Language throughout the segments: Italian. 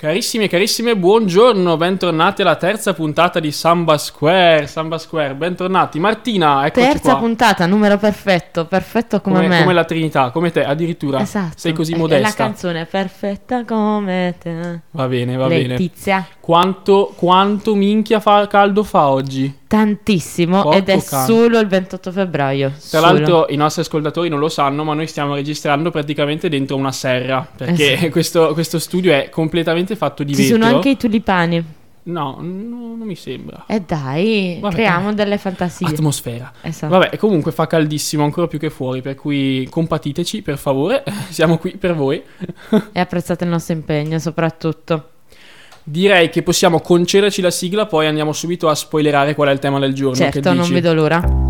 Carissimi e carissime, buongiorno, bentornati alla terza puntata di Samba Square, bentornati. Martina, eccoci qua. Terza puntata, numero perfetto come me. Come la Trinità, come te addirittura. Esatto. Sei così modesta. È la canzone perfetta come te. Va bene. Letizia. Quanto minchia caldo fa oggi? Tantissimo. Porco ed è cane. solo il 28 febbraio. Tra l'altro i nostri ascoltatori non lo sanno, ma noi stiamo registrando praticamente dentro una serra, perché questo studio è completamente fatto di Ci vetro. sono anche i tulipani. No, non mi sembra. E dai, Vabbè, creiamo delle fantasie. Atmosfera. Esatto. Vabbè, comunque fa caldissimo, ancora più che fuori, per cui compatiteci, per favore, siamo qui per voi. E apprezzate il nostro impegno, soprattutto. Direi che possiamo concederci la sigla, poi andiamo subito a spoilerare qual è il tema del giorno. Certo, che dici? non vedo l'ora.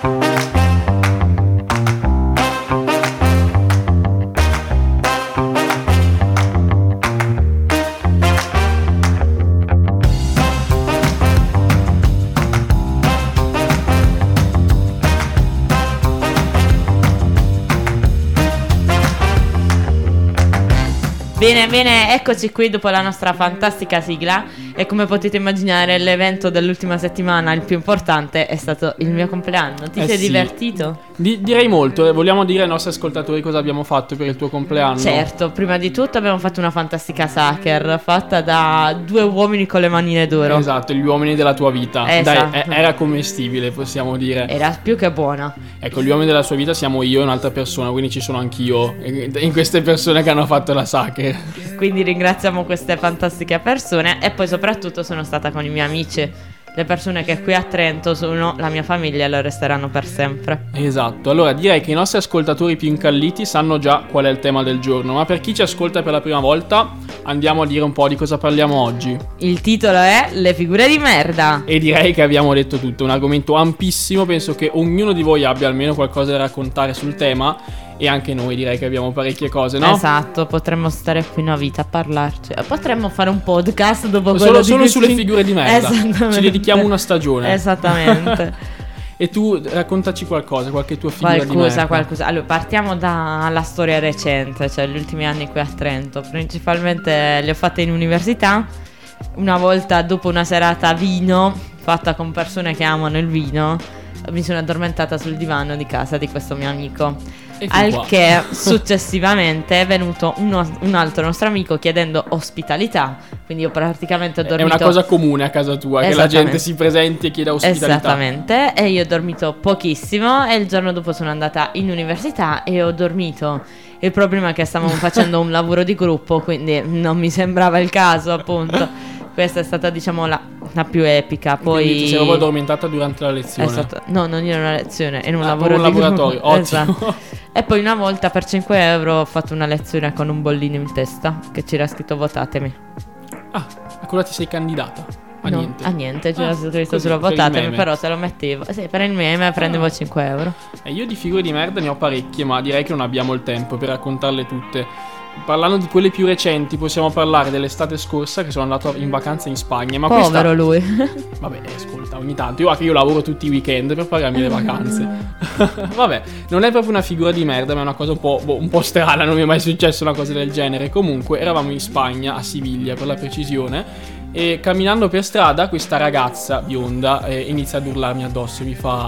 Bene, eccoci qui dopo la nostra fantastica sigla e come potete immaginare l'evento dell'ultima settimana, il più importante, è stato il mio compleanno. Ti sei divertito? Direi molto, vogliamo dire ai nostri ascoltatori cosa abbiamo fatto per il tuo compleanno? Certo, prima di tutto abbiamo fatto una fantastica sacher fatta da due uomini con le manine d'oro. Esatto, gli uomini della tua vita. Esatto. Dai, era commestibile, possiamo dire. Era più che buona. Ecco, gli uomini della sua vita siamo io e un'altra persona, quindi ci sono anch'io in queste persone che hanno fatto la sacher. Quindi ringraziamo queste fantastiche persone e poi soprattutto sono stata con i miei amici. Le persone che qui a Trento sono la mia famiglia e lo resteranno per sempre. Esatto, allora direi che i nostri ascoltatori più incalliti sanno già qual è il tema del giorno, ma per chi ci ascolta per la prima volta andiamo a dire un po' di cosa parliamo oggi. Il titolo è Le figure di merda. E direi che abbiamo detto tutto, un argomento ampissimo, penso che ognuno di voi abbia almeno qualcosa da raccontare sul tema. E anche noi direi che abbiamo parecchie cose, no? Esatto, potremmo stare qui una vita a parlarci. Potremmo fare un podcast dopo solo sulle figure di merda. Ci dedichiamo una stagione. Esattamente. E tu raccontaci qualche tua figura di merda. Qualcosa. Allora, partiamo dalla storia recente, cioè gli ultimi anni qui a Trento. Principalmente le ho fatte in università. Una volta dopo una serata vino, fatta con persone che amano il vino, mi sono addormentata sul divano di casa di questo mio amico. Che successivamente è venuto un altro nostro amico chiedendo ospitalità. Quindi io praticamente ho dormito. È una cosa comune a casa tua, che la gente si presenti e chieda ospitalità. Esattamente. E io ho dormito pochissimo e il giorno dopo sono andata in università e ho dormito. Il problema è che stavamo facendo un lavoro di gruppo, quindi non mi sembrava il caso, appunto. Questa è stata, diciamo, la più epica. Poi quindi ti sei proprio addormentata durante la lezione. Esatto. No, non era una lezione, era un lavoro un laboratorio. Ottimo. Esatto. E poi una volta per 5 euro ho fatto una lezione con un bollino in testa che c'era scritto votatemi. Ah, a cosa ti sei candidata? A niente, c'era scritto solo votatemi, però se lo mettevo. Sì, per il meme prendevo 5 euro. Io di figure di merda ne ho parecchie, ma direi che non abbiamo il tempo per raccontarle tutte. Parlando di quelle più recenti, possiamo parlare dell'estate scorsa che sono andato in vacanza in Spagna. Ma povero lui. Vabbè, ascolta, ogni tanto io lavoro tutti i weekend per pagarmi le vacanze. Vabbè, non è proprio una figura di merda, ma è una cosa un po' strana. Non mi è mai successo una cosa del genere. Comunque, eravamo in Spagna, a Siviglia per la precisione, e camminando per strada questa ragazza bionda inizia ad urlarmi addosso e mi fa: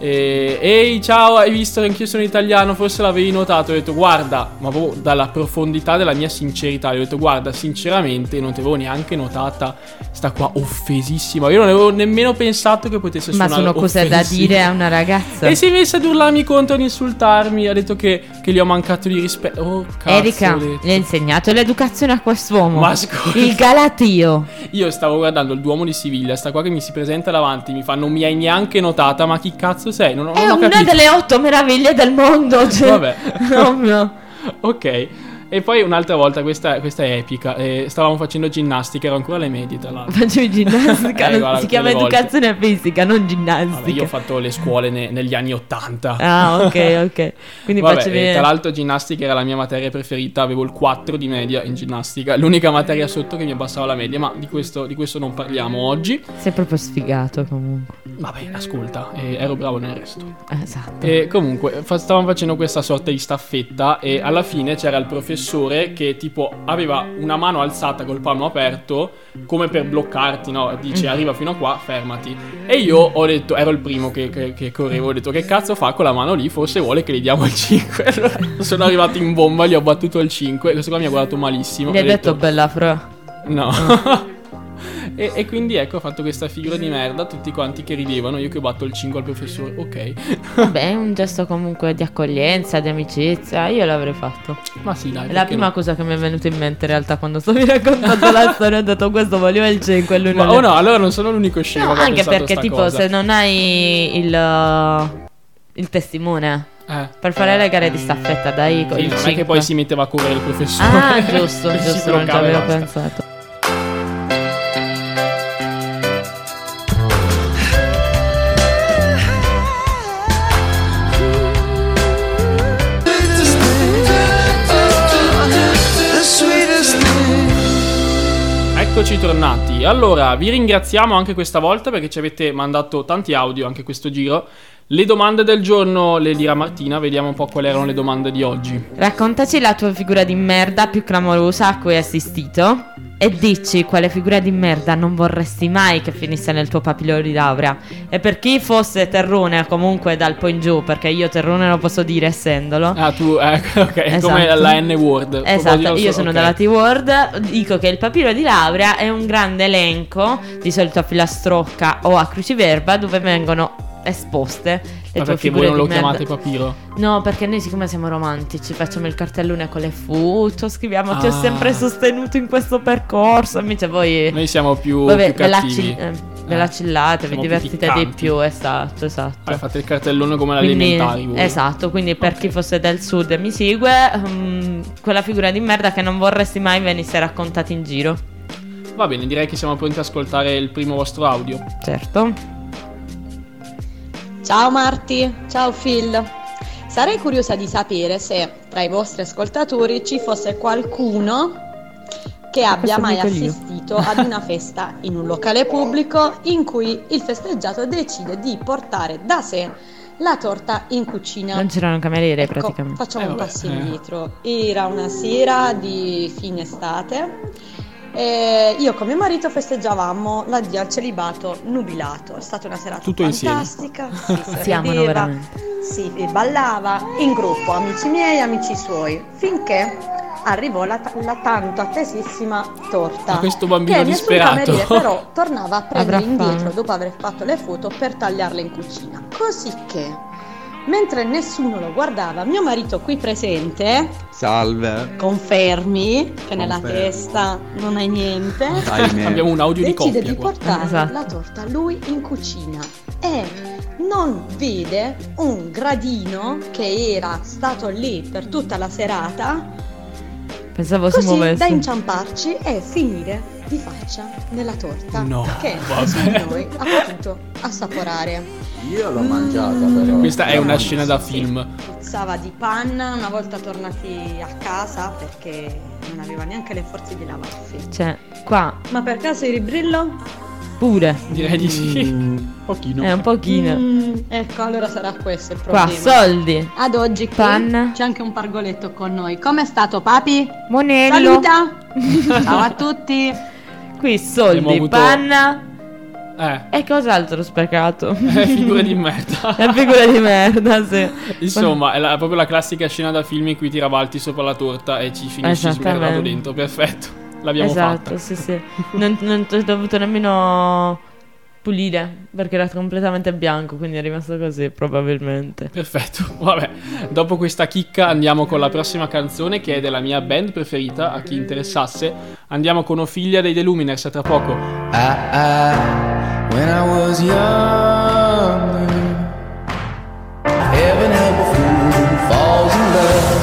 ehi, ciao, hai visto che anch'io sono italiano, forse l'avevi notato. Ho detto guarda, ma proprio dalla profondità della mia sincerità, gli ho detto guarda, sinceramente non ti avevo neanche notata. Sta qua offesissima, io non avevo nemmeno pensato che potesse suonare offensiva. Ma sono cose da dire a una ragazza. E si è messa ad urlarmi contro, ad insultarmi, ha detto che gli ho mancato di rispetto. Oh cazzo, Erika, gli ha insegnato l'educazione a quest'uomo. Ma scusa, il galatio. Io stavo guardando il Duomo di Siviglia, sta qua che mi si presenta davanti, mi fa non mi hai neanche notata, ma chi cazzo sei? Non ho capito. È una delle 8 meraviglie del mondo, cioè. Vabbè. Ovvio. Ok. E poi un'altra volta, questa è epica, stavamo facendo ginnastica, ero ancora alle medie tra l'altro. Facevi ginnastica? Guarda, si chiama educazione fisica, non ginnastica. Vabbè, io ho fatto le scuole negli anni 80. Ah, ok. Quindi vabbè, facevi... tra l'altro ginnastica era la mia materia preferita, avevo il 4 di media in ginnastica, l'unica materia sotto che mi abbassava la media, ma di questo non parliamo oggi. Sei proprio sfigato comunque. Vabbè, ascolta, ero bravo nel resto. Esatto. E comunque stavamo facendo questa sorta di staffetta e alla fine c'era il professore che tipo aveva una mano alzata col palmo aperto come per bloccarti, no? Dice arriva fino a qua, fermati. E io ho detto, ero il primo che correvo, ho detto che cazzo fa con la mano lì, forse vuole che gli diamo il 5. Allora, sono arrivato in bomba, gli ho battuto il 5, questo qua mi ha guardato malissimo. Gli hai detto bella fra? No. E quindi ecco, ho fatto questa figura di merda, tutti quanti che ridevano, io che batto il 5 al professore, ok. Vabbè, è un gesto comunque di accoglienza, di amicizia, io l'avrei fatto. Ma sì, dai. È la prima cosa che mi è venuta in mente in realtà quando stavi raccontando la storia, ho detto questo voleva il 5 e lui non no, allora non sono l'unico scemo. No, che ha anche pensato perché sta tipo cosa. se non hai il testimone per fare le gare di staffetta, dai Sì, il non 5. è che poi si metteva a correre il professore. Ah, giusto, Si non ci bloccava e avevo basta. pensato. Eccoci tornati. Allora, vi ringraziamo anche questa volta perché ci avete mandato tanti audio anche questo giro. Le domande del giorno le dirà Martina, vediamo un po' quali erano le domande di oggi. Raccontaci la tua figura di merda più clamorosa a cui hai assistito e dici quale figura di merda non vorresti mai che finisse nel tuo papillone di laurea. E per chi fosse terrone comunque dal po' in giù, perché io terrone lo posso dire essendolo. Ah, tu, ok, Esatto. come la N-word. Esatto, io sono ok. dalla T-Word, dico che il papiro di laurea è un grande elenco, di solito a filastrocca o a cruciverba, dove vengono esposte le Ma tue perché figure voi non di lo merda. chiamate papiro? No, perché noi siccome siamo romantici facciamo il cartellone con le foto, scriviamo ti ho sempre sostenuto in questo percorso, invece voi Noi siamo più vabbè, cattivi. ve la cillate, vi Siamo più divertite di piccanti. più, esatto. Fate il cartellone come Quindi, l'elementari voi. esatto, quindi per chi fosse del sud e mi segue, quella figura di merda che non vorresti mai venisse raccontata in giro. Va bene, direi che siamo pronti ad ascoltare il primo vostro audio. Certo. Ciao Marti, ciao Phil. Sarei curiosa di sapere se tra i vostri ascoltatori ci fosse qualcuno che abbia Questo mai dico io. assistito ad una festa in un locale pubblico in cui il festeggiato decide di portare da sé la torta in cucina. Non c'erano cameriere Ecco, praticamente. facciamo un vabbè, passo indietro. Era una sera di fine estate. E io con mio marito festeggiavamo l'addio al celibato nubilato. È stata una serata Tutto insieme. fantastica. Si Si amano rideva, veramente. si ballava in gruppo, amici miei, amici suoi, finché arrivò la tanto attesissima torta. Ma questo bambino che nessun disperato. cameriere però tornava a prendere Avrà indietro fame. dopo aver fatto le foto per tagliarle in cucina. Così che, mentre nessuno lo guardava, mio marito qui presente, Salve. confermi che nella Confermo. testa non hai niente, Ahimè. Abbiamo un audio di decide coppia di qua. portare Esatto. la torta lui in cucina e non vede un gradino che era stato lì per tutta la serata, Pensavo si così da muovesse. inciamparci e finire di faccia nella torta No, che vabbè. nessuno di noi ha potuto assaporare. Io l'ho mangiata però. Questa è una scena da film. Puzzava di panna una volta tornati a casa perché non aveva neanche le forze di lavarsi. Cioè, qua Ma per caso eri brillo? pure. Direi di sì. Pochino. È un pochino. Ecco, allora sarà questo il Qua, problema. soldi. Ad oggi qui Panna. c'è anche un pargoletto con noi. Com'è stato papi? Monello. Saluta! Ciao a tutti! Qui Abbiamo soldi, avuto- panna. Eh, E cos'altro sprecato? figure di merda. È figura di merda, sì. Insomma, è proprio la classica scena da film in cui ti rabalti sopra la torta e ci finisci Esattamente. sberrato dentro. Perfetto. L'abbiamo Esatto, fatta. sì, sì. Non ti ho dovuto nemmeno pulire perché era completamente bianco, quindi è rimasto così probabilmente. Perfetto. Vabbè, dopo questa chicca andiamo con la prossima canzone che è della mia band preferita, a chi interessasse. Andiamo con Ophelia dei The Luminers, a tra poco. When I was young, heaven help a fool who falls in love.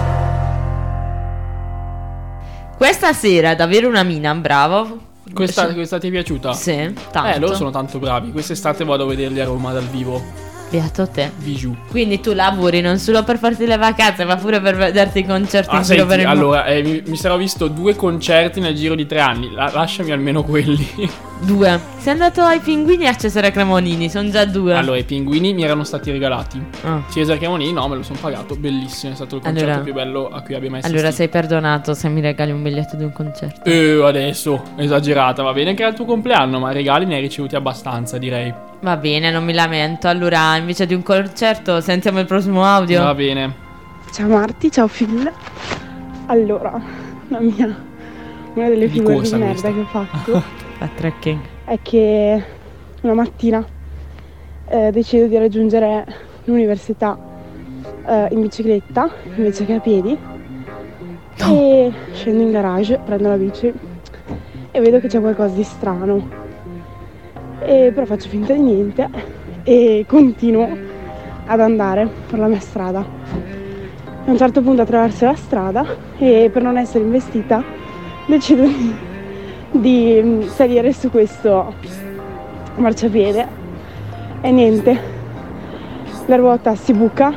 Questa sera ad avere una mina, bravo. Questa ti è piaciuta? Sì, tanto. Loro sono tanto bravi. Quest'estate vado a vederli a Roma dal vivo. Beato te. Bijou. Quindi tu lavori non solo per farti le vacanze, ma pure per vederti i concerti in giro per Senti, il mondo. allora, mi sarò visto 2 concerti nel giro di 3 anni. Lasciami almeno quelli. 2. Sei andato ai Pinguini a Cesare Cremonini, sono già 2. Allora, i pinguini mi erano stati regalati. Ah. Cesare Cremonini, no, me lo sono pagato. Bellissimo, è stato il concerto Allora- più bello a cui abbia mai assistito. Allora sei perdonato se mi regali un biglietto di un concerto. Adesso, esagerata, va bene che era il tuo compleanno, ma regali ne hai ricevuti abbastanza, direi. Va bene, non mi lamento. Allora, invece di un concerto, sentiamo il prossimo audio. Va bene. Ciao Marti, ciao Phil. Allora, una delle Di figure corsa di merda questa. che ho fatto Fa trekking. è che una mattina decido di raggiungere l'università in bicicletta invece che a piedi e scendo in garage, prendo la bici e vedo che c'è qualcosa di strano. Però faccio finta di niente e continuo ad andare per la mia strada. A un certo punto attraverso la strada e per non essere investita decido di salire su questo marciapiede e niente, la ruota si buca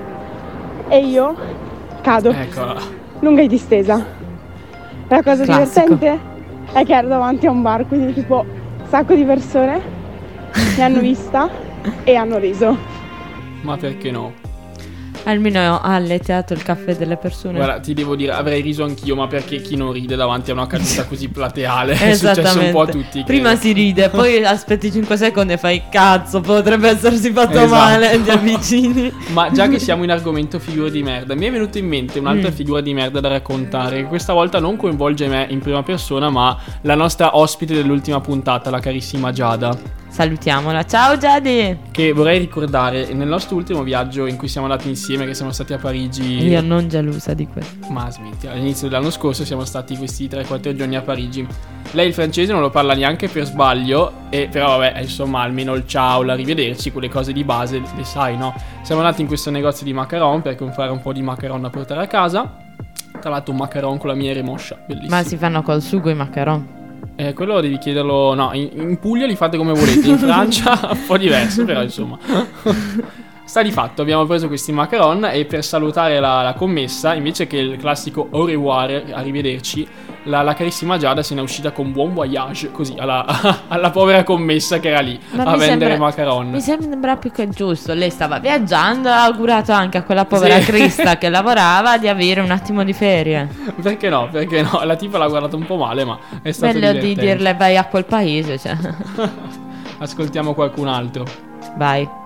e io cado Eccola. lunga e distesa. La cosa Classico. divertente è che ero davanti a un bar, quindi tipo un sacco di persone mi hanno vista e hanno riso. Ma perché no? Almeno ha allettato il caffè delle persone. Guarda, ti devo dire, avrei riso anch'io, ma perché chi non ride davanti a una caduta così plateale? È successo un po' a tutti. Prima credo. si ride, poi aspetti 5 secondi e fai cazzo, potrebbe essersi fatto Esatto. male, ti avvicini. Ma già che siamo in argomento figure di merda, mi è venuta in mente un'altra figura di merda da raccontare, che questa volta non coinvolge me in prima persona, ma la nostra ospite dell'ultima puntata, la carissima Giada. Salutiamola. Ciao Giadi. Che vorrei ricordare, nel nostro ultimo viaggio in cui siamo andati insieme, che siamo stati a Parigi. Io non gelosa di questo. Ma smetti, all'inizio dell'anno scorso siamo stati questi 3-4 giorni a Parigi. Lei il francese non lo parla neanche per sbaglio, però vabbè, insomma, almeno il ciao, l'arrivederci, quelle cose di base le sai, no? Siamo andati in questo negozio di macaron per comprare un po' di macaron da portare a casa. Tra l'altro un macaron con la miele moscia, bellissimo. Ma si fanno col sugo i macaron. Quello devi chiederlo, no, in Puglia li fate come volete, in Francia un po' diverso, però insomma. Sta di fatto, abbiamo preso questi macaron e per salutare la commessa, invece che il classico au revoir, arrivederci, la carissima Giada se n'è uscita con buon voyage, così, alla povera commessa che era lì a vendere macaron. Mi sembra più che giusto. Lei stava viaggiando, ha augurato anche a quella povera Sì. Crista che lavorava di avere un attimo di ferie. Perché no? Perché no? La tipa l'ha guardato un po' male, ma è stato Bello di divertente. dirle vai a quel paese, cioè. Ascoltiamo qualcun altro. Vai.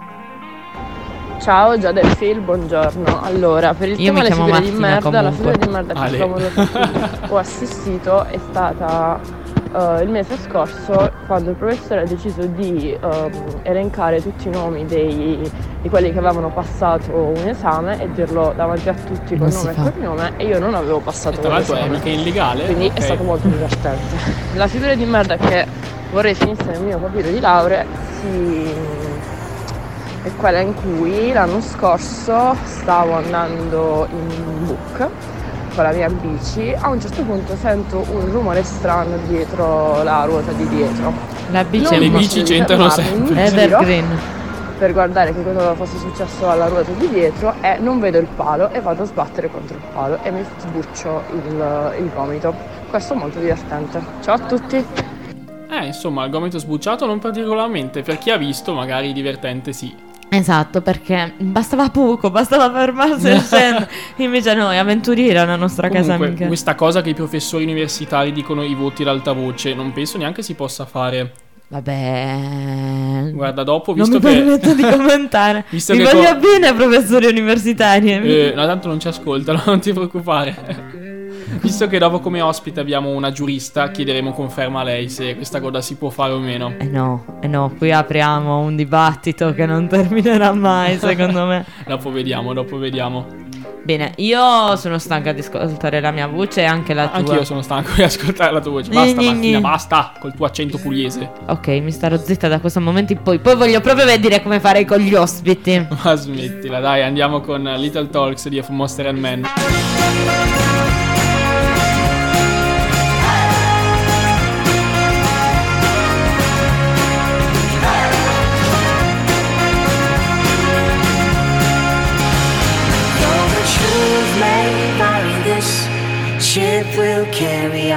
Ciao, Giada e Phil, buongiorno. Allora, per il Io tema mi delle chiamo figure di Martina, merda, la comunque. figura di merda più Ale. clamorosa a cui ho assistito è stata il mese scorso, quando il professore ha deciso di elencare tutti i nomi di quelli che avevano passato un esame e dirlo davanti a tutti con Non si nome e fa. cognome, e io non avevo passato E tra l'altro è l'esame. mica illegale. Quindi ok. è stato molto divertente. La figura di merda che vorrei finisse nel mio papiro di laurea è quella in cui l'anno scorso stavo andando in book con la mia bici. A un certo punto sento un rumore strano dietro la ruota di dietro. La bici Non è Le un bici posso c'entrano fermarmi, sempre. mi giro evergreen. per guardare che cosa fosse successo alla ruota di dietro e non vedo il palo e vado a sbattere contro il palo e mi sbuccio il gomito. Questo è molto divertente. Ciao a tutti! Insomma, il gomito sbucciato non particolarmente. Per chi ha visto, magari divertente sì. Esatto, perché bastava poco, bastava fermarsi e scendere. Invece noi, avventuriera la nostra casa Comunque, amica. questa cosa che i professori universitari dicono i voti ad alta voce, non penso neanche si possa fare. Vabbè. Guarda, dopo, non visto mi che... permetto di commentare. Visto Mi che voglio bene, professori universitari. no, tanto non ci ascoltano, non ti preoccupare. Visto che dopo come ospite abbiamo una giurista, chiederemo conferma a lei se questa cosa si può fare o meno. No, qui apriamo un dibattito che non terminerà mai, secondo me. Dopo vediamo. Bene, io sono stanca di ascoltare la mia voce e anche la tua. Anch'io sono stanco di ascoltare la tua voce. Basta Martina, basta col tuo accento pugliese. Ok, mi starò zitta da questo momento in poi. Poi voglio proprio vedere come fare con gli ospiti. Ma smettila, dai, andiamo con Little Talks di Monster and Men.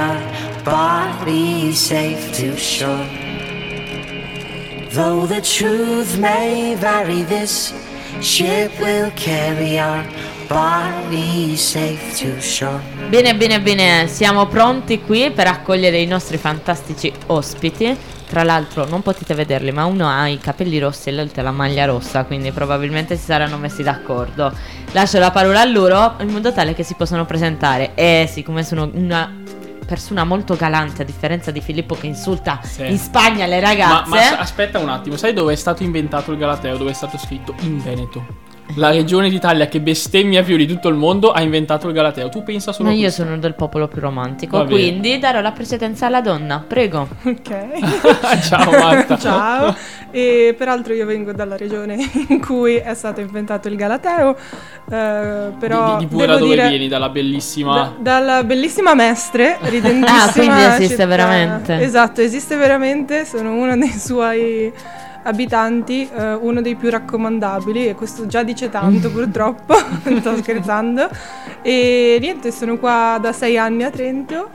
our bodies safe to shore. Though the truth may vary, this ship will carry our bodies safe to shore. Bene, siamo pronti qui per accogliere i nostri fantastici ospiti. Tra l'altro non potete vederli, ma uno ha i capelli rossi e l'altro ha la maglia rossa, quindi probabilmente si saranno messi d'accordo. Lascio la parola a loro in modo tale che si possano presentare. E siccome sono una persona molto galante, a differenza di Filippo che insulta in Spagna le ragazze. Ma aspetta un attimo, sai dove è stato inventato il Galateo? Dove è stato scritto? In Veneto. La regione d'Italia che bestemmia più di tutto il mondo ha inventato il Galateo. Tu pensa solo a io questo. sono del popolo più romantico, quindi darò la precedenza alla donna. Prego. Ok. Ciao Marta. Ciao. E peraltro io vengo dalla regione in cui è stato inventato il Galateo. Però di pure da dove vieni? Dalla bellissima dalla bellissima Mestre, ridentissima. Quindi esiste città. Veramente. Esatto, esiste veramente. Sono uno dei suoi abitanti, uno dei più raccomandabili, e questo già dice tanto purtroppo. Sto scherzando. E niente, sono qua da 6 anni a Trento.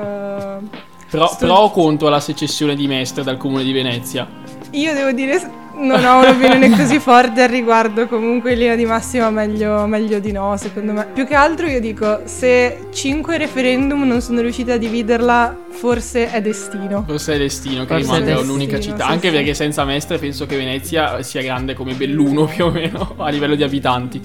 Però conto alla secessione di Mestre dal comune di Venezia. Io devo dire, non ho un'opinione così forte al riguardo. Comunque in linea di massima meglio di no, secondo me. Più che altro io dico, se 5 referendum non sono riusciti a dividerla, forse è destino. Forse è destino che rimanga un'unica città. Sì, anche sì. Perché senza Mestre penso che Venezia sia grande come Belluno più o meno a livello di abitanti.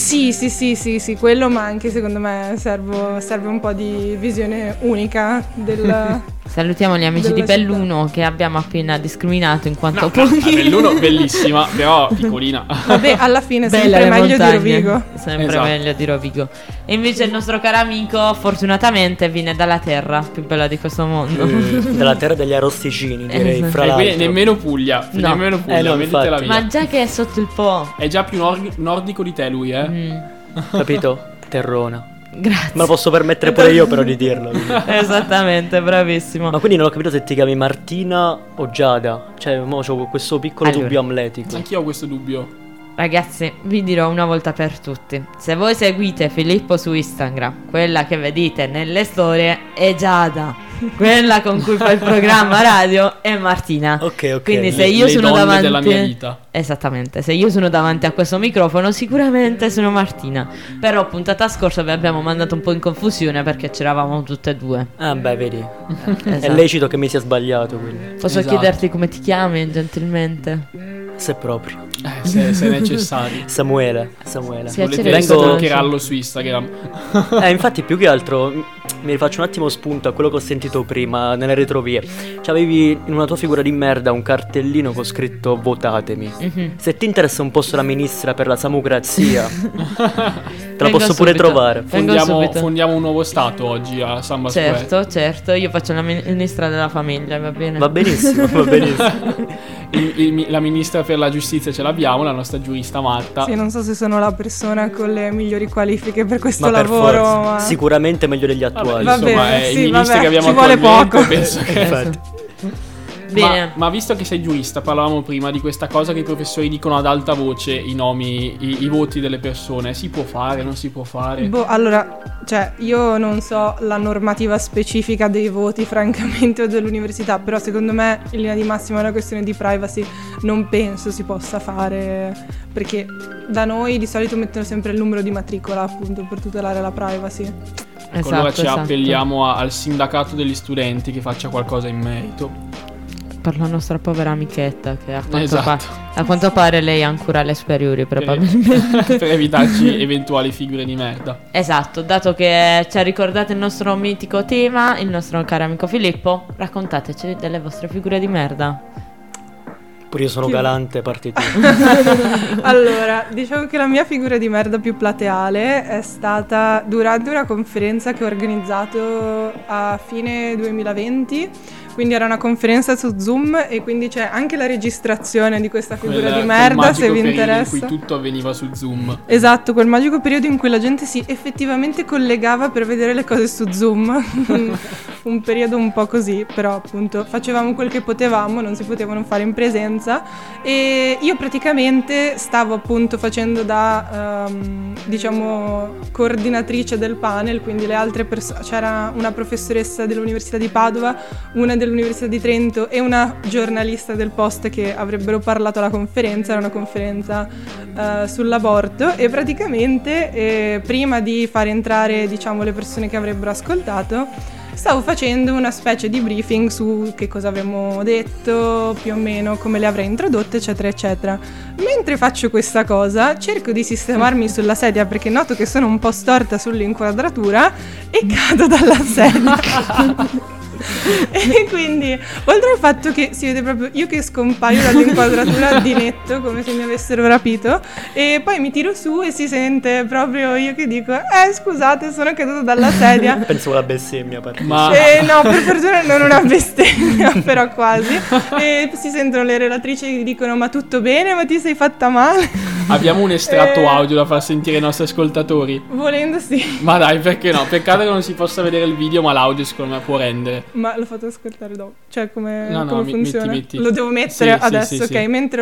Sì, quello, ma anche secondo me serve un po' di visione unica del... Salutiamo gli amici di Belluno che abbiamo appena discriminato in quanto Belluno bellissima, però piccolina. Vabbè, alla fine sempre meglio di Rovigo. Sempre meglio di Rovigo. E invece il nostro caro amico fortunatamente viene dalla terra più bella di questo mondo. Dalla terra degli arrosticini, direi, fra E l'altro. quindi nemmeno Puglia. No. Nemmeno Puglia, mettitela via. Ma già che è sotto il Po. È già più nordico di te lui, Capito? Terrona. Grazie. Me lo posso permettere pure io però di dirlo. Esattamente, bravissimo. Ma quindi non ho capito se ti chiami Martina o Giada. Cioè, mo c'ho questo piccolo dubbio amletico. Anch'io ho questo dubbio. Ragazzi, vi dirò una volta per tutti: se voi seguite Filippo su Instagram, quella che vedete nelle storie è Giada. Quella con cui fa il programma radio è Martina. Ok. Quindi se io le sono donne davanti della mia vita. Esattamente, se io sono davanti a questo microfono sicuramente sono Martina. Però puntata scorsa vi abbiamo mandato un po' in confusione perché c'eravamo tutte e due. Ah beh, vedi. Esatto. È lecito che mi sia sbagliato, quindi. Posso chiederti come ti chiami gentilmente? Se proprio. Se è necessario. Samuele. Volete stalkerarlo su Instagram. Infatti più che altro mi rifaccio un attimo spunto a quello che ho sentito prima nelle retrovie. Cioè, avevi in una tua figura di merda un cartellino con scritto votatemi. Se ti interessa un posto da ministra per la samocrazia te la posso pure trovare. Fondiamo un nuovo stato oggi a Samba Square. Certo, io faccio la ministra della famiglia, va bene? Va benissimo. La ministra per la giustizia ce l'abbiamo, la nostra giurista Marta. Sì, non so se sono la persona con le migliori qualifiche per questo ma lavoro. Per forza. Sicuramente meglio degli attuali. Insomma, i ministri che abbiamo ci vuole attualmente, poco. penso che... Infatti. Bene. Ma visto che sei giurista, parlavamo prima di questa cosa che i professori dicono ad alta voce i nomi, i voti delle persone. Si può fare, non si può fare? Allora, cioè, io non so la normativa specifica dei voti, francamente, o dell'università, però secondo me, in linea di massima, è una questione di privacy. Non penso si possa fare, perché da noi di solito mettono sempre il numero di matricola, appunto, per tutelare la privacy. Allora ci appelliamo al sindacato degli studenti che faccia qualcosa in merito. Per la nostra povera amichetta che a quanto pare lei ha ancora le superiori probabilmente. Per evitarci eventuali figure di merda. Esatto, dato che ci ha ricordato il nostro mitico tema, il nostro caro amico Filippo, raccontateci delle vostre figure di merda. Pure io sono galante, parti tu. Allora, diciamo che la mia figura di merda più plateale è stata durante una conferenza che ho organizzato a fine 2020 quindi era una conferenza su Zoom e quindi c'è anche la registrazione di questa figura di quel merda, se vi magico periodo interessa. in cui tutto avveniva su Zoom. Esatto, quel magico periodo in cui la gente si effettivamente collegava per vedere le cose su Zoom. Un periodo un po' così, però appunto facevamo quel che potevamo, non si potevano fare in presenza, e io praticamente stavo appunto facendo da diciamo coordinatrice del panel, quindi le altre persone, c'era una professoressa dell'Università di Padova, una dell'Università di Trento e una giornalista del Post che avrebbero parlato alla conferenza. Era una conferenza sull'aborto e praticamente prima di far entrare, diciamo, le persone che avrebbero ascoltato, stavo facendo una specie di briefing su che cosa avremmo detto, più o meno come le avrei introdotte, eccetera eccetera. Mentre faccio questa cosa cerco di sistemarmi sulla sedia perché noto che sono un po' storta sull'inquadratura e cado dalla sedia. E quindi, oltre al fatto che si vede proprio io che scompaio dall'inquadratura di netto, come se mi avessero rapito, e poi mi tiro su e si sente proprio io che dico scusate, sono caduto dalla sedia. Pensavo la bestemmia, ma no, per fortuna non una bestemmia, però quasi. E si sentono le relatrici che dicono ma tutto bene, ma ti sei fatta male? Abbiamo un estratto audio da far sentire ai nostri ascoltatori. Volendo sì. Ma dai, perché no? Peccato che non si possa vedere il video, ma l'audio secondo me può rendere. Ma l'ho fatto ascoltare dopo. Cioè come No, funziona? metti. Lo devo mettere adesso, ok? Sì. Mentre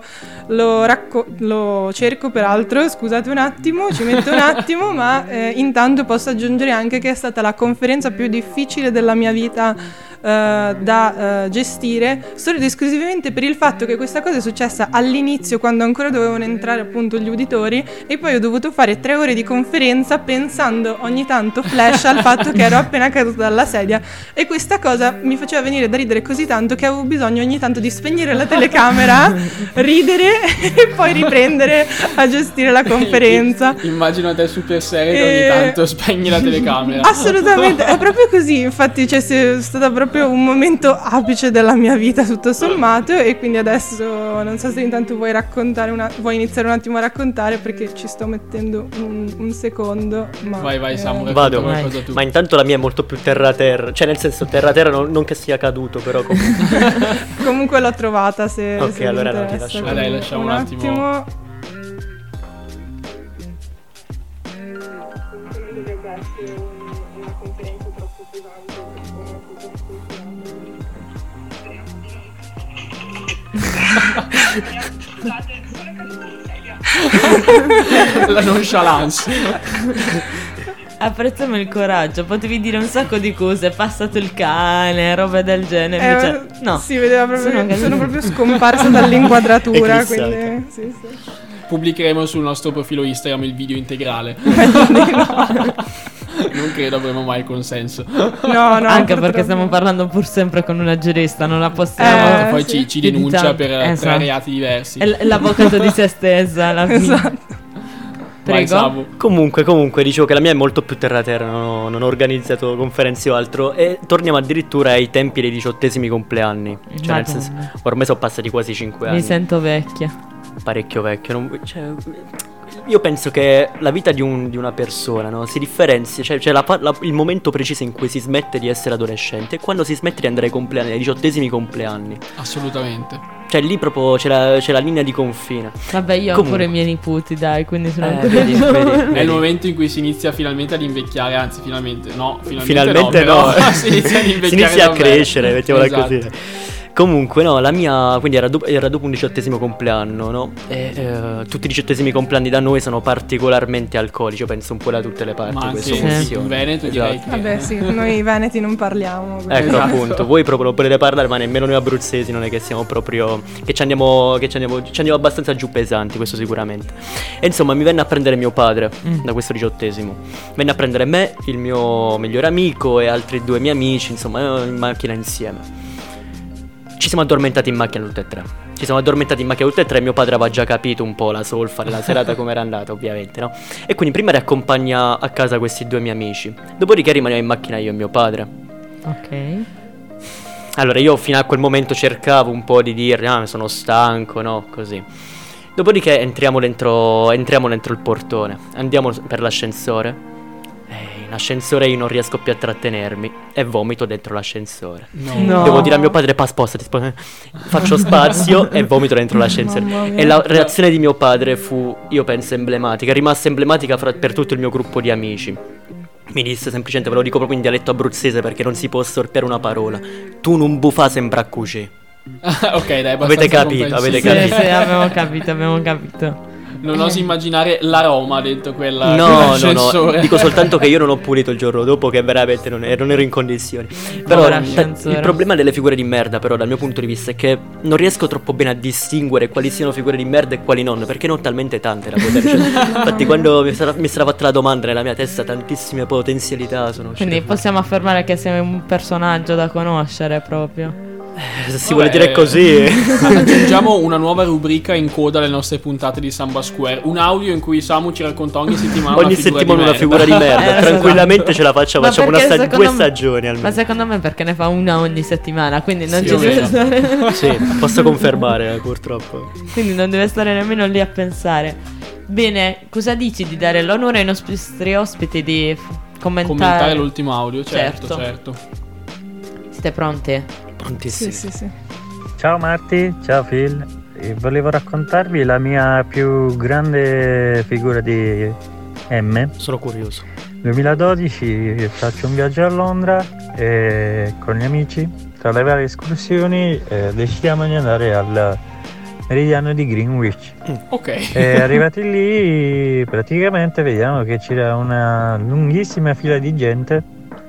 lo cerco, peraltro, scusate un attimo, ci metto un attimo, ma intanto posso aggiungere anche che è stata la conferenza più difficile della mia vita da gestire, solo ed esclusivamente per il fatto che questa cosa è successa all'inizio, quando ancora dovevano entrare appunto gli uditori, e poi ho dovuto fare 3 ore di conferenza pensando ogni tanto flash al fatto che ero appena caduta dalla sedia, e questa cosa mi faceva venire da ridere così tanto che avevo bisogno ogni tanto di spegnere la telecamera, ridere e poi riprendere a gestire la conferenza. Immagino te super serio che ogni tanto spegni la telecamera. Assolutamente, è proprio così, infatti è stata proprio un momento apice della mia vita tutto sommato, e quindi adesso non so se intanto vuoi iniziare un attimo a raccontare, perché ci sto mettendo un secondo, ma vai Samu, vado, tu. Ma intanto la mia è molto più terra-terra, cioè nel senso terra-terra non che sia caduto, però comunque l'ho trovata, se ok, se allora vi no, ti interessa. lascio. Dai, lasciamo un attimo. La nonchalance. Apprezziamo il coraggio, potevi dire un sacco di cose, è passato il cane, roba del genere, invece no. Si vedeva proprio, sono proprio scomparsa dall'inquadratura, quindi sì. Pubblicheremo sul nostro profilo Instagram il video integrale. Non credo avremo mai il consenso. No, anche perché stiamo parlando pur sempre con una giurista, non la possiamo. Poi ci denuncia per 3 reati diversi. È l'avvocato di se stessa alla fine. Esatto. Prego. Comunque dicevo che la mia è molto più terra-terra, non ho organizzato conferenze o altro, e torniamo addirittura ai tempi dei 18esimi compleanni. Cioè nel senso, ormai sono passati quasi 5 anni. Mi sento vecchia. Parecchio vecchio, io penso che la vita di una persona, no, si differenzia, cioè il momento preciso in cui si smette di essere adolescente e quando si smette di andare ai compleanni, ai 18esimi compleanni. Assolutamente. Cioè lì proprio c'è la linea di confine. Vabbè, io ho pure i miei nipoti, dai, quindi sono ancora vedi. È il momento in cui si inizia finalmente ad invecchiare, anzi finalmente no, no, si inizia ad invecchiare, si inizia a crescere, mettiamola esatto. così. Comunque no, la mia quindi era dopo un 18esimo compleanno, no? E tutti i 18esimi compleanni da noi sono particolarmente alcolici, io penso un po' da tutte le parti. Ma questo anche in Veneto direi che... Vabbè sì, noi veneti non parliamo. Ecco appunto, voi proprio non potete parlare, ma nemmeno noi abruzzesi non è che siamo proprio, che ci andiamo abbastanza giù pesanti, questo sicuramente. E insomma mi venne a prendere mio padre da questo 18esimo. Venne a prendere me, il mio migliore amico e altri 2 miei amici, insomma in macchina insieme. Ci siamo addormentati in macchina tutte e tre. Mio padre aveva già capito un po' la solfa della serata come era andata, ovviamente, no? E quindi prima riaccompagna a casa questi 2 miei amici. Dopodiché rimaniamo in macchina io e mio padre. Ok. Allora io fino a quel momento cercavo un po' di dire sono stanco, no? Così. Dopodiché entriamo dentro il portone. Andiamo per l'ascensore. In ascensore io non riesco più a trattenermi e vomito dentro l'ascensore. No. Devo dire a mio padre: spostati, faccio spazio e vomito dentro l'ascensore. E la reazione di mio padre fu, io penso, emblematica. È rimasta emblematica per tutto il mio gruppo di amici. Mi disse semplicemente, ve lo dico proprio in dialetto abruzzese perché non si può storpiare una parola: tu non bufa sembra cucì. Ok, dai, avete capito, avete capito. Sì, abbiamo capito. Non oso immaginare l'aroma dentro quella No, dico soltanto che io non ho pulito il giorno dopo, che veramente non ero in condizioni. Però il problema delle figure di merda, però, dal mio punto di vista, è che non riesco troppo bene a distinguere quali siano figure di merda e quali non, perché ne ho talmente tante da poter Infatti quando mi sarà fatta la domanda, nella mia testa tantissime potenzialità sono uscite. Quindi possiamo affermare che sei un personaggio da conoscere proprio. Se si vuole dire così. Aggiungiamo una nuova rubrica in coda alle nostre puntate di Samba Square. Un audio in cui Samu ci racconta ogni settimana una figura di merda. Tranquillamente ce la facciamo una 2 stagioni almeno. Ma secondo me perché ne fa una ogni settimana, quindi non ci deve stare. Sì, posso confermare, purtroppo. Quindi non deve stare nemmeno lì a pensare. Bene, cosa dici di dare l'onore ai nostri ospiti di commentare l'ultimo audio? Certo. Siete pronti? Prontissimi. Sì. Ciao Marti, ciao Phil. Volevo raccontarvi la mia più grande figura di M. Sono curioso. 2012 faccio un viaggio a Londra e con gli amici, tra le varie escursioni, decidiamo di andare al meridiano di Greenwich. Ok. E arrivati lì praticamente vediamo che c'era una lunghissima fila di gente.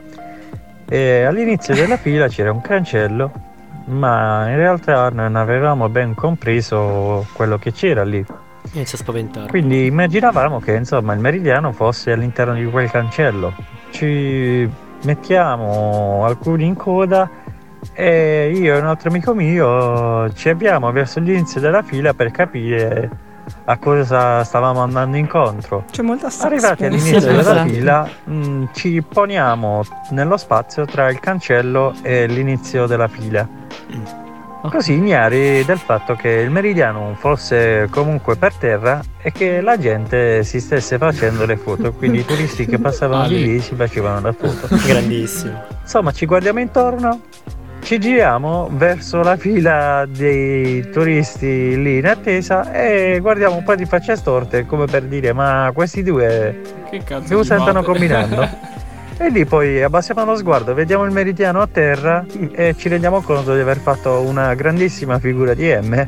E all'inizio della fila c'era un cancello, ma in realtà non avevamo ben compreso quello che c'era lì. Inizia a spaventare. Quindi immaginavamo che insomma il meridiano fosse all'interno di quel cancello. Ci mettiamo alcuni in coda e io e un altro amico mio ci abbiamo verso l'inizio della fila per capire a cosa stavamo andando incontro. C'è molta Arrivati all'inizio della fila, ci poniamo nello spazio tra il cancello e l'inizio della fila. Così ignari del fatto che il meridiano fosse comunque per terra e che la gente si stesse facendo le foto, quindi i turisti che passavano di lì si facevano la foto. Grandissimo. Insomma, ci guardiamo intorno, ci giriamo verso la fila dei turisti lì in attesa e guardiamo un po' di facce storte, come per dire: ma questi due che cosa stanno combinando? E lì poi abbassiamo lo sguardo, vediamo il meridiano a terra e ci rendiamo conto di aver fatto una grandissima figura di M.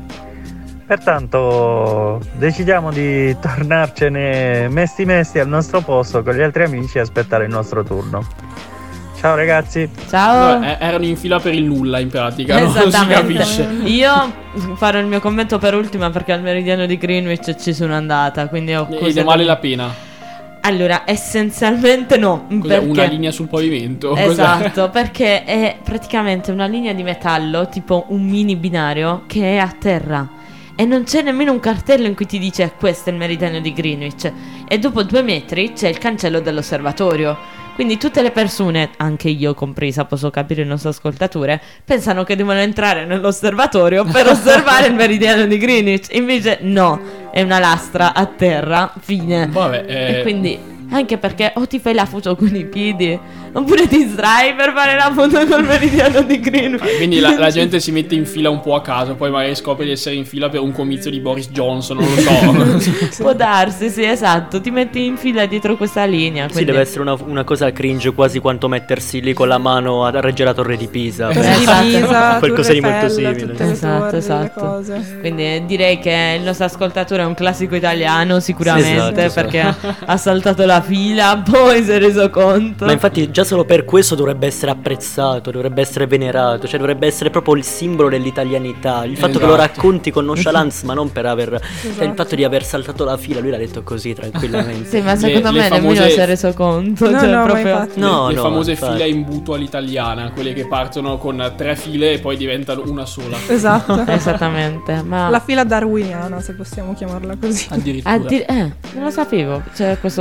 Pertanto decidiamo di tornarcene mesti al nostro posto con gli altri amici e aspettare il nostro turno. Ciao ragazzi. Ciao. No, erano in fila per il nulla in pratica. Non si capisce. Io farò il mio commento per ultima perché al meridiano di Greenwich ci sono andata, quindi ho ed ne vale la pena. Allora, essenzialmente no. Cos'è, una linea sul pavimento? Esatto, perché è praticamente una linea di metallo, tipo un mini binario, che è a terra. E non c'è nemmeno un cartello in cui ti dice: questo è il meridiano di Greenwich. E dopo 2 metri c'è il cancello dell'osservatorio. Quindi tutte le persone, anche io compresa, posso capire il nostro ascoltatore, pensano che devono entrare nell'osservatorio per osservare il meridiano di Greenwich. Invece no, è una lastra a terra, fine. Vabbè, E quindi, anche perché o ti fai la foto con i piedi oppure ti sdrai per fare la foto col meridiano di Greenwich. Quindi la gente si mette in fila un po' a caso, poi magari scopre di essere in fila per un comizio di Boris Johnson, non lo so. Può darsi, sì, esatto. Ti metti in fila dietro questa linea. Sì, deve essere una cosa cringe, quasi quanto mettersi lì con la mano a reggere la torre di Pisa. Pisa, qualcosa di molto simile. Esatto. Quindi direi che il nostro ascoltatore è un classico italiano sicuramente, esatto, perché ha saltato la fila, poi si è reso conto. Ma infatti già solo per questo dovrebbe essere apprezzato, dovrebbe essere venerato, cioè dovrebbe essere proprio il simbolo dell'italianità. Il fatto che lo racconti con nonchalance, ma non per aver cioè, il fatto di aver saltato la fila, lui l'ha detto così tranquillamente. Sì, ma secondo me nemmeno si è reso conto. Le famose file in buto all'italiana, quelle che partono con 3 file e poi diventano una sola. Esatto. Esattamente. Ma la fila darwiniana, se possiamo chiamarla così. Addirittura. Non lo sapevo, c'è questo termine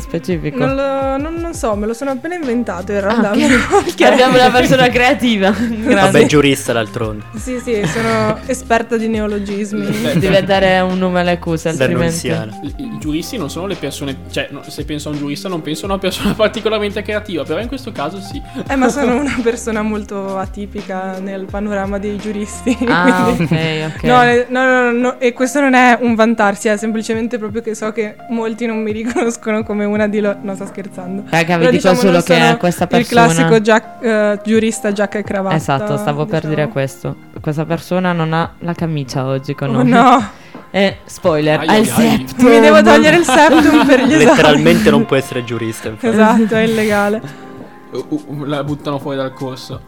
specifico? Non so, me lo sono appena inventato in realtà. Abbiamo una persona creativa. Vabbè, giurista d'altronde. Sì, sono esperta di neologismi. Deve dare un nome alle accuse, altrimenti. I giuristi non sono le persone, cioè se penso a un giurista non penso a una persona particolarmente creativa, però in questo caso sì. Ma sono una persona molto atipica nel panorama dei giuristi. Ok. No, e questo non è un vantarsi, è semplicemente proprio che so che molti non mi riconoscono come una di loro. No, sto scherzando. Raga, vi dico solo che questa persona, il classico giurista giacca e cravatta. Esatto, stavo per dire questo. Questa persona non ha la camicia oggi con noi. No. Spoiler, ha il septum. Mi devo togliere il septum per gli esami. Letteralmente non può essere giurista, infatti. Esatto, è illegale. La buttano fuori dal corso.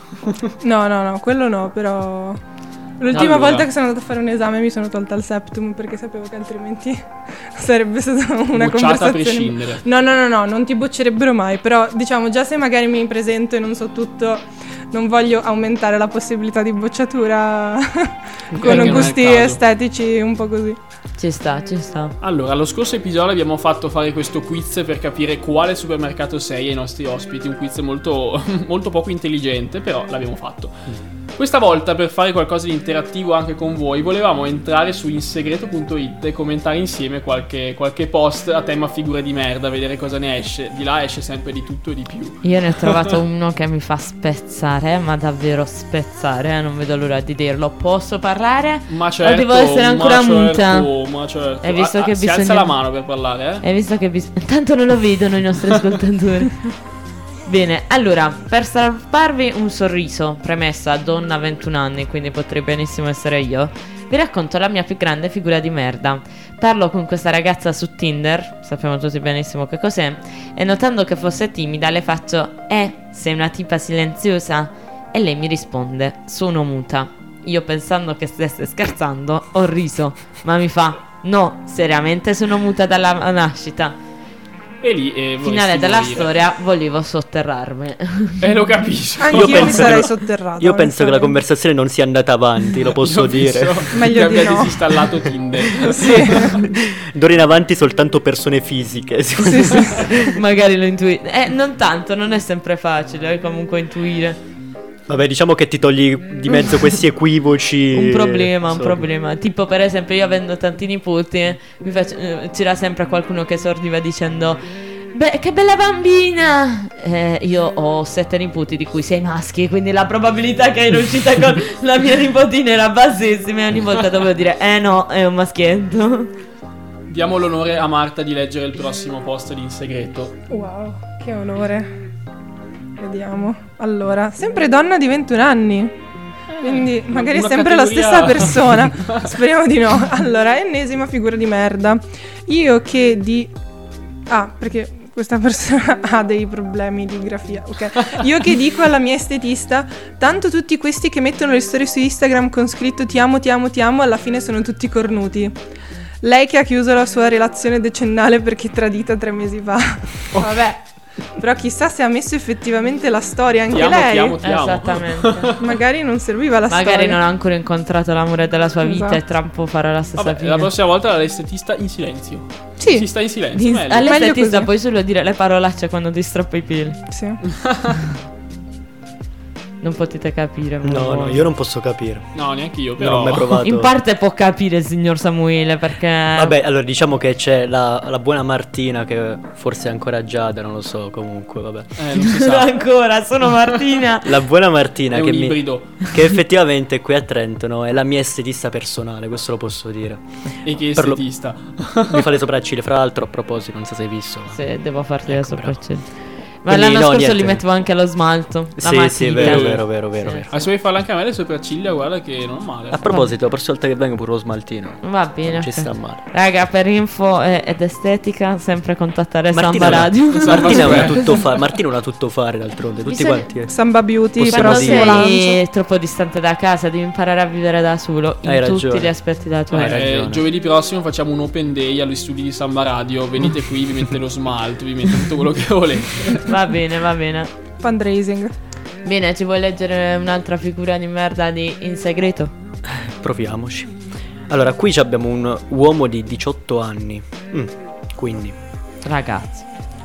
No, quello no, però l'ultima volta che sono andata a fare un esame mi sono tolta il septum perché sapevo che altrimenti sarebbe stata una bocciata conversazione. a prescindere. No, non ti boccerebbero mai, però diciamo già se magari mi presento e non so tutto, non voglio aumentare la possibilità di bocciatura con gusti estetici un po' così. Ci sta. Allora, allo scorso episodio abbiamo fatto fare questo quiz per capire quale supermercato sei ai nostri ospiti. Un quiz molto, molto poco intelligente, però l'abbiamo fatto. Questa volta, per fare qualcosa di interattivo anche con voi, volevamo entrare su insegreto.it e commentare insieme qualche post a tema figure di merda, vedere cosa ne esce. Di là esce sempre di tutto e di più. Io ne ho trovato uno che mi fa spezzare, ma davvero spezzare, non vedo l'ora di dirlo. Posso parlare? Ma certo, o devo essere ancora muta? Ma certo. Hai visto che si alza la mano per parlare, Hai visto che tanto non lo vedono i nostri ascoltatori. Bene, allora, per salvarvi un sorriso, premessa, donna 21 anni, quindi potrei benissimo essere io, vi racconto la mia più grande figura di merda. Parlo con questa ragazza su Tinder, sappiamo tutti benissimo che cos'è, e notando che fosse timida le faccio sei una tipa silenziosa? E lei mi risponde, sono muta. Io, pensando che stesse scherzando, ho riso, ma mi fa, no, seriamente sono muta dalla nascita. E lì finale della storia, volevo sotterrarmi. Lo capisco. Anch'io mi sarei sotterrato. Io penso che la conversazione non sia andata avanti, lo posso dire. Meglio che di no. disinstallato Tinder. Sì. D'ora in avanti soltanto persone fisiche. Sì. Magari lo intuite. Non tanto, non è sempre facile comunque intuire. Vabbè, diciamo che ti togli di mezzo questi equivoci. Un problema. Tipo, per esempio, io avendo tanti nipoti, c'era sempre qualcuno che esordiva dicendo: beh, che bella bambina! Io ho 7 nipoti, di cui 6 maschi, quindi la probabilità che ero uscita con la mia nipotina era bassissima. E ogni volta dovevo dire: no, è un maschietto. Diamo l'onore a Marta di leggere il prossimo post di In Segreto. Wow, che onore. Vediamo. Allora, sempre donna di 21 anni. Quindi magari è sempre la stessa persona. Speriamo di no. Allora, ennesima figura di merda. Io che di... perché questa persona ha dei problemi di grafia. Ok. Io che dico alla mia estetista: tanto tutti questi che mettono le storie su Instagram con scritto ti amo, alla fine sono tutti cornuti. Lei che ha chiuso la sua relazione decennale perché tradita 3 mesi fa. Vabbè. Però chissà se ha messo effettivamente la storia anche lei. Ti amo. Esattamente. Magari non serviva la storia. Magari non ha ancora incontrato l'amore della sua vita e tra un po' farà la stessa fine. La prossima volta l'estetista in silenzio. Sì. Si sta in silenzio. All'estetista puoi solo dire le parolacce quando ti strappa i peli. Sì. Non potete capire. No, io non posso capire. No, neanche io, però. Non ho mai provato. In parte può capire il signor Samuele, perché... Vabbè, allora diciamo che c'è la buona Martina, che forse è ancora Giada, non lo so, comunque, vabbè. Non si sa. Ancora, sono Martina. La buona Martina è che un ibrido. Che effettivamente qui a Trento, no, è la mia estetista personale, questo lo posso dire. E che estetista? Mi fa le sopracciglia, fra l'altro, a proposito, non so se hai visto. Sì, devo farti le sopracciglia. Ma Quindi, l'anno scorso niente. li mettevo anche allo smalto. Sì, vero. Se vuoi farle anche a me le sopracciglia, guarda che non male. A proposito, la prossima volta che vengo pure lo smaltino. Va bene. Non ci sta male. Raga, per info ed estetica, sempre contattare Martina Samba Radio. Martina è una tuttofare. Martina è una tuttofare, d'altronde. Tutti quanti. Samba Beauty, Possiamo però dire. sei troppo distante da casa, devi imparare a vivere da solo in tutti gli aspetti della tua vita. Giovedì prossimo facciamo un open day agli studi di Samba Radio. Venite qui, vi mettete lo smalto, vi mettete tutto quello che volete. Va bene. Fundraising. Bene, ci vuoi leggere un'altra figura di merda In Segreto? Proviamoci. Allora, qui abbiamo un uomo di 18 anni. Quindi ragazzi,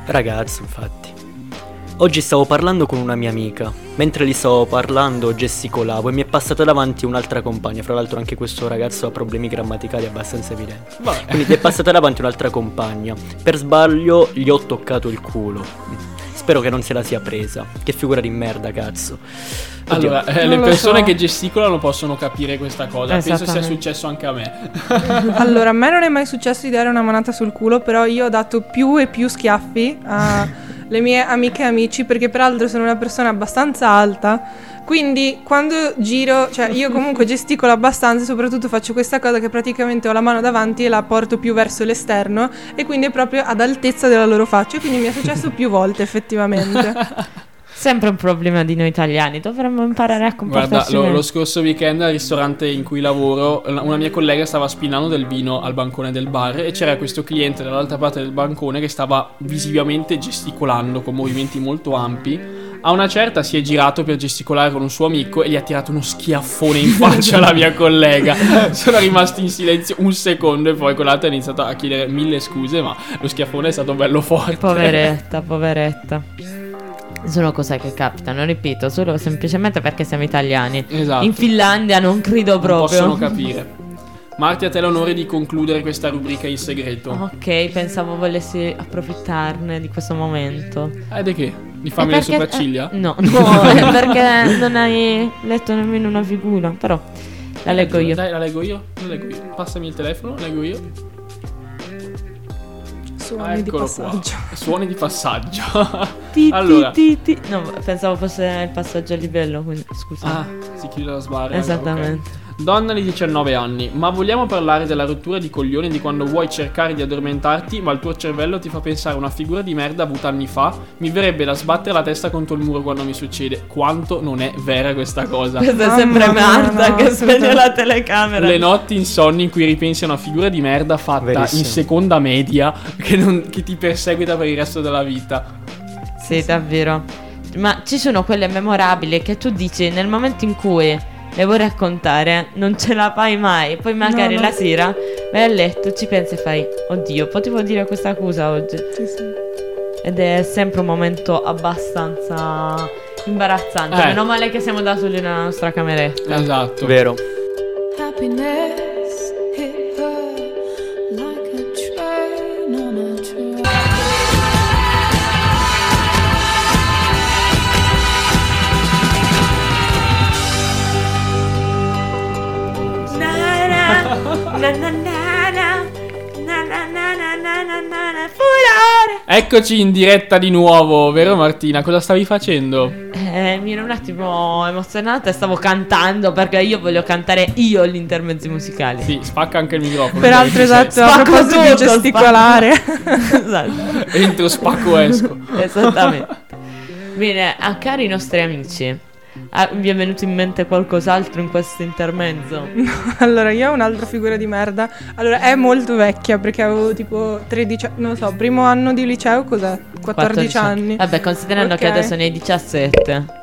Ragazzo, infatti. Oggi stavo parlando con una mia amica. Mentre gli stavo parlando gesticolavo e mi è passata davanti un'altra compagna. Fra l'altro anche questo ragazzo ha problemi grammaticali abbastanza evidenti. Quindi mi è passata davanti un'altra compagna. Per sbaglio gli ho toccato il culo. Spero che non se la sia presa. Che figura di merda, cazzo. Oddio. Allora, le persone che gesticolano possono capire questa cosa. Penso sia successo anche a me. Allora, a me non è mai successo di dare una manata sul culo, però io ho dato più e più schiaffi alle mie amiche e amici, perché peraltro sono una persona abbastanza alta. Quindi quando giro, cioè io comunque gesticolo abbastanza, soprattutto faccio questa cosa che praticamente ho la mano davanti e la porto più verso l'esterno, e quindi è proprio ad altezza della loro faccia, quindi mi è successo più volte effettivamente. Sempre un problema di noi italiani, dovremmo imparare a comportarci. Guarda, lo scorso weekend al ristorante in cui lavoro, una mia collega stava spinando del vino al bancone del bar e c'era questo cliente dall'altra parte del bancone che stava visivamente gesticolando con movimenti molto ampi. A una certa si è girato per gesticolare con un suo amico e gli ha tirato uno schiaffone in faccia alla mia collega. Sono rimasti in silenzio un secondo e poi quell'altro ha iniziato a chiedere 1000 scuse, ma lo schiaffone è stato bello forte. Poveretta. Sono cose che capitano, ripeto, solo semplicemente perché siamo italiani. Esatto. In Finlandia non credo proprio. Non possono capire. Marti, a te l'onore di concludere questa rubrica in segreto. Ok, pensavo volessi approfittarne di questo momento. Di che? Di farmi le sopracciglia? No, è perché non hai letto nemmeno una figura. Però la leggo io. Dai, la leggo io. Passami il telefono, la leggo io. Suoni di passaggio. Suoni di passaggio. Allora. No, pensavo fosse il passaggio a livello, quindi scusa. Si chiude la sbarra. Esattamente. Okay. Donna di 19 anni, ma vogliamo parlare della rottura di coglioni di quando vuoi cercare di addormentarti, ma il tuo cervello ti fa pensare a una figura di merda avuta anni fa? Mi verrebbe da sbattere la testa contro il muro quando mi succede. Quanto non è vera questa cosa? Questa è sempre Marta che spegne la telecamera. Le notti insonni in cui ripensi a una figura di merda fatta in seconda media che ti perseguita per il resto della vita. Sì, davvero. Ma ci sono quelle memorabili che tu dici nel momento in cui le vuoi raccontare, non ce la fai mai. Poi magari la sera vai a letto, ci pensi e fai: oddio, potevo dire questa cosa oggi. Sì. Ed è sempre un momento abbastanza imbarazzante. Meno male che siamo da soli nella nostra cameretta. Esatto. Vero. Happiness hit her like a train on a train. Eccoci in diretta di nuovo, vero Martina? Cosa stavi facendo? Mi ero un attimo emozionata e stavo cantando perché io voglio cantare io gli intermezzi musicali. Sì, spacca anche il microfono. Peraltro esatto, a proposito di gesticolare. Esatto. Entro, spacco, esco. Esattamente. Bene, cari nostri amici, vi è venuto in mente qualcos'altro in questo intermezzo? No, allora io ho un'altra figura di merda. Allora è molto vecchia perché avevo tipo 13, non so, primo anno di liceo, cos'è? 14 anni. Vabbè, considerando che adesso ne hai 17.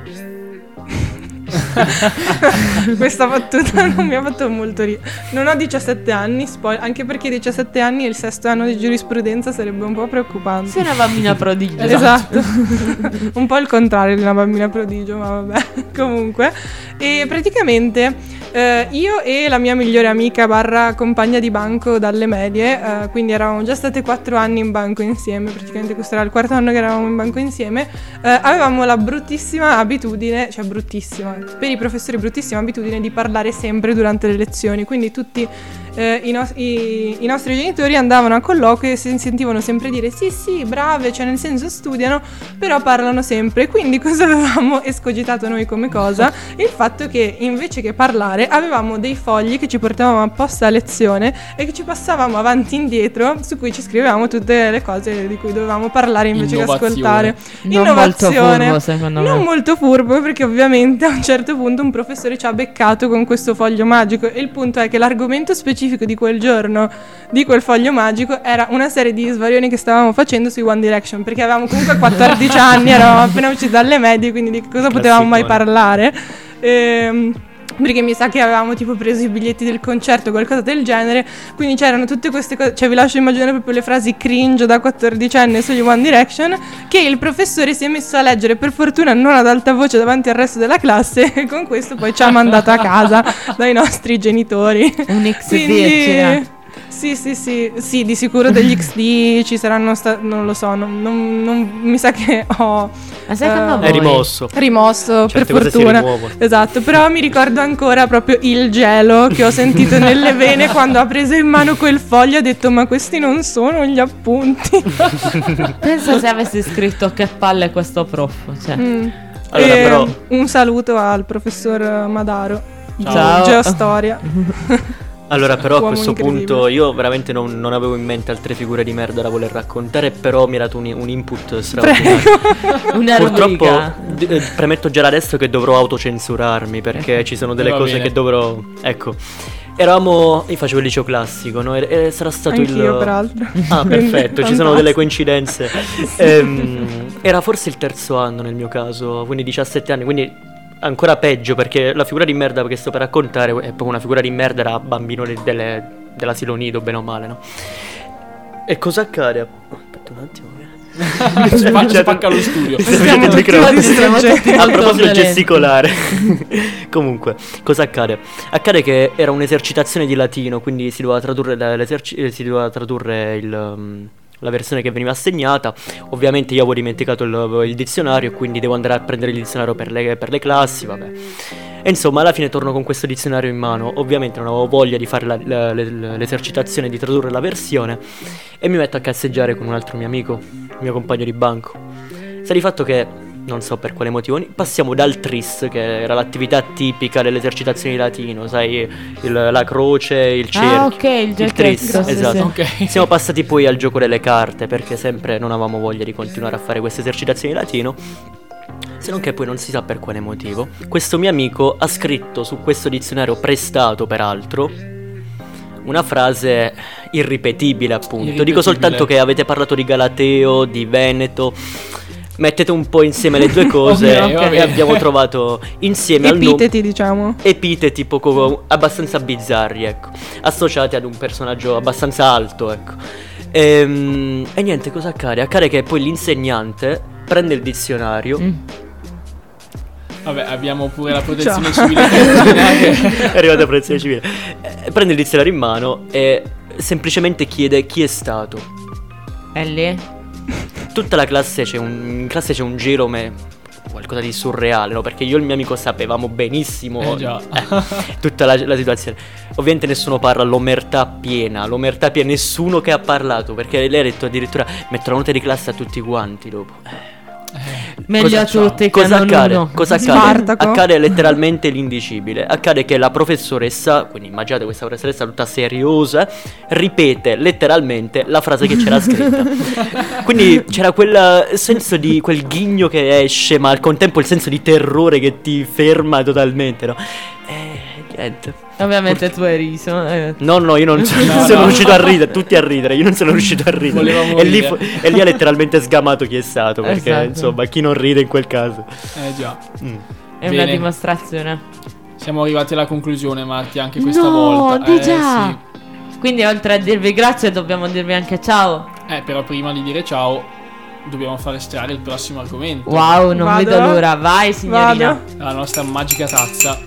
Questa battuta non mi ha fatto molto non ho 17 anni, anche perché 17 anni e il sesto anno di giurisprudenza sarebbe un po' preoccupante. Sei una bambina prodigio. Esatto. Un po' il contrario di una bambina prodigio, ma vabbè. Comunque, e praticamente io e la mia migliore amica barra compagna di banco dalle medie, quindi eravamo già state 4 anni in banco insieme, praticamente questo era il quarto anno che eravamo in banco insieme, avevamo la bruttissima abitudine, cioè bruttissima, per i professori bruttissima abitudine di parlare sempre durante le lezioni, quindi tutti i nostri genitori andavano a colloquio e si sentivano sempre dire sì, brave, cioè nel senso studiano, però parlano sempre. Quindi cosa avevamo escogitato noi come cosa? Il fatto che invece che parlare avevamo dei fogli che ci portavamo apposta a lezione e che ci passavamo avanti e indietro, su cui ci scrivevamo tutte le cose di cui dovevamo parlare invece che ascoltare. Innovazione. Molto furbo, secondo me. Non molto furbo, perché ovviamente a un certo punto un professore ci ha beccato con questo foglio magico e il punto è che l'argomento specifico di quel giorno di quel foglio magico era una serie di svarioni che stavamo facendo sui One Direction, perché avevamo comunque 14 anni, eravamo appena usciti dalle medie, quindi di cosa potevamo mai parlare? perché mi sa che avevamo tipo preso i biglietti del concerto o qualcosa del genere, quindi c'erano tutte queste cose, cioè vi lascio immaginare proprio le frasi cringe da 14enne sugli One Direction, che il professore si è messo a leggere, per fortuna non ad alta voce davanti al resto della classe, e con questo poi ci ha mandato a casa dai nostri genitori. Un XD. Quindi, sì, di sicuro degli XD ci saranno non lo so, non mi sa che ho è rimosso per certe cose fortuna. si rimuovono. Esatto, però mi ricordo ancora proprio il gelo che ho sentito nelle vene quando ha preso in mano quel foglio e ha detto: ma questi non sono gli appunti. Pensa se avessi scritto che palle questo prof, cioè. Allora, però un saluto al professor Madaro. Ciao. Geostoria. Allora, però a Uomo questo incredibile. punto io veramente non avevo in mente altre figure di merda da voler raccontare, però mi ha dato un input straordinario. Una Purtroppo rubrica. premetto già adesso che dovrò autocensurarmi, perché ci sono delle Va cose bene. che dovrò. Ecco. Io facevo il liceo classico, no? E sarà stato Anch'io, peraltro. Ah, Quindi, perfetto, ci sono fantastico. delle coincidenze. Era forse il terzo anno nel mio caso, quindi 17 anni, quindi ancora peggio, perché la figura di merda che sto per raccontare è proprio una figura di merda da bambino dell'asilo nido, bene o male, no? E cosa accade? Aspetta un attimo. Spacca lo studio. Il microfono. Siamo tutti A molto proposito di violenti. gesticolare. Comunque, cosa accade? Accade che era un'esercitazione di latino, quindi si doveva tradurre la versione che veniva assegnata. Ovviamente io avevo dimenticato il dizionario, quindi devo andare a prendere il dizionario per le classi, vabbè. E insomma, alla fine torno con questo dizionario in mano. Ovviamente non avevo voglia di fare l'esercitazione di tradurre la versione, e mi metto a cazzeggiare con un altro mio amico, mio compagno di banco. Sta di fatto che, non so per quale motivo, passiamo dal tris, che era l'attività tipica delle esercitazioni di latino, sai, la croce, il cerchio. Ah, ok, il tris, giochetto, sì, esatto. sì. Ok. Siamo passati poi al gioco delle carte, perché sempre non avevamo voglia di continuare a fare queste esercitazioni di latino. Se non che poi non si sa per quale motivo questo mio amico ha scritto su questo dizionario, prestato peraltro, una frase irripetibile, appunto. Dico soltanto che avete parlato di Galateo, di Veneto. Mettete un po' insieme le due cose Ok, e abbiamo trovato insieme Epiteti, diciamo. epiteti poco abbastanza bizzarri, ecco, associati ad un personaggio abbastanza alto, ecco. E niente, cosa accade? Accade che poi l'insegnante prende il dizionario. Vabbè, abbiamo pure la protezione Ciao. civile. È arrivata la protezione civile. Prende il dizionario in mano e semplicemente chiede chi è stato. È lì? Tutta la classe in classe c'è un giro, qualcosa di surreale, no? Perché io e il mio amico sapevamo benissimo Già. tutta la situazione. Ovviamente nessuno parla, l'omertà piena, nessuno che ha parlato, perché lei ha detto addirittura metto la nota di classe a tutti quanti dopo. Meglio a tutti che Cosa non accade? uno. Cosa accade? Spartaco. Accade letteralmente l'indicibile. Accade che la professoressa, quindi immaginate questa professoressa tutta seriosa, ripete letteralmente la frase che c'era scritta. Quindi c'era quel senso di quel ghigno che esce, ma al contempo il senso di terrore che ti ferma totalmente, no? Niente. Ovviamente tu hai riso. No, io non sono riuscito a ridere, tutti a ridere, io non sono riuscito a ridere. Volevo E lì, morire. e lì ha letteralmente sgamato chi è stato, perché Esatto. insomma, chi non ride in quel caso. Già. È Bene. una dimostrazione. Siamo arrivati alla conclusione, Marti, anche questa No, volta. di già. Quindi oltre a dirvi grazie dobbiamo dirvi anche ciao. Sì. Però prima di dire ciao dobbiamo far estrarre il prossimo argomento. Wow, non Vado? vedo l'ora. Vai signorina. Vado? La nostra magica tazza.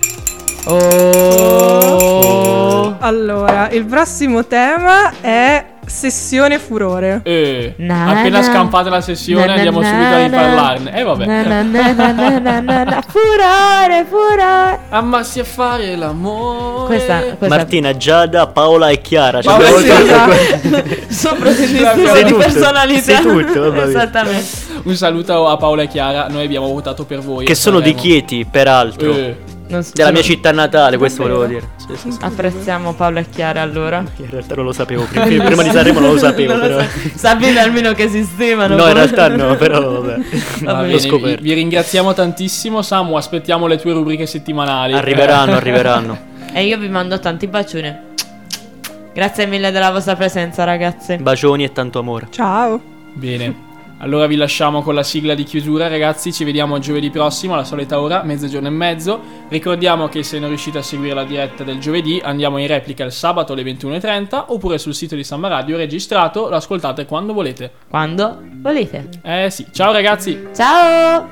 Oh. Allora, il prossimo tema è sessione furore. Appena scampata la sessione andiamo subito a riparlarne. Vabbè. Furore. Ammassi a fare l'amore. Questa Martina, Giada, Paola e Chiara. Paola abbiamo e detto Chiara. Sopra Sei di tutto, personalità. sei tutto, vabbè. Esattamente. Un saluto a Paola e Chiara. Noi abbiamo votato per voi. Che a sono di Sanremo. Chieti, peraltro. Non so- Della mia città natale, questo volevo dire. Sì. Apprezziamo Paolo e Chiara allora. In realtà non lo sapevo prima di Sanremo, non lo sapevo. Non lo Però. so. Sapete almeno che esistemano. No, in realtà no, però vabbè. Va L'ho bene, scoperto. vi ringraziamo tantissimo. Samu, aspettiamo le tue rubriche settimanali. Arriveranno. E io vi mando tanti bacioni. Grazie mille della vostra presenza, ragazzi. Bacioni e tanto amore. Ciao. Bene. Allora vi lasciamo con la sigla di chiusura, ragazzi. Ci vediamo giovedì prossimo alla solita ora, 12:30. Ricordiamo che se non riuscite a seguire la diretta del giovedì, andiamo in replica il sabato alle 21:30 oppure sul sito di Samba Radio registrato, lo ascoltate quando volete. Quando volete. Sì, ciao ragazzi. Ciao.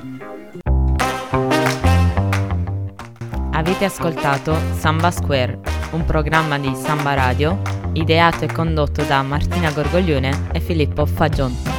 Avete ascoltato Samba Square, un programma di Samba Radio ideato e condotto da Martina Gorgoglione e Filippo Fagion.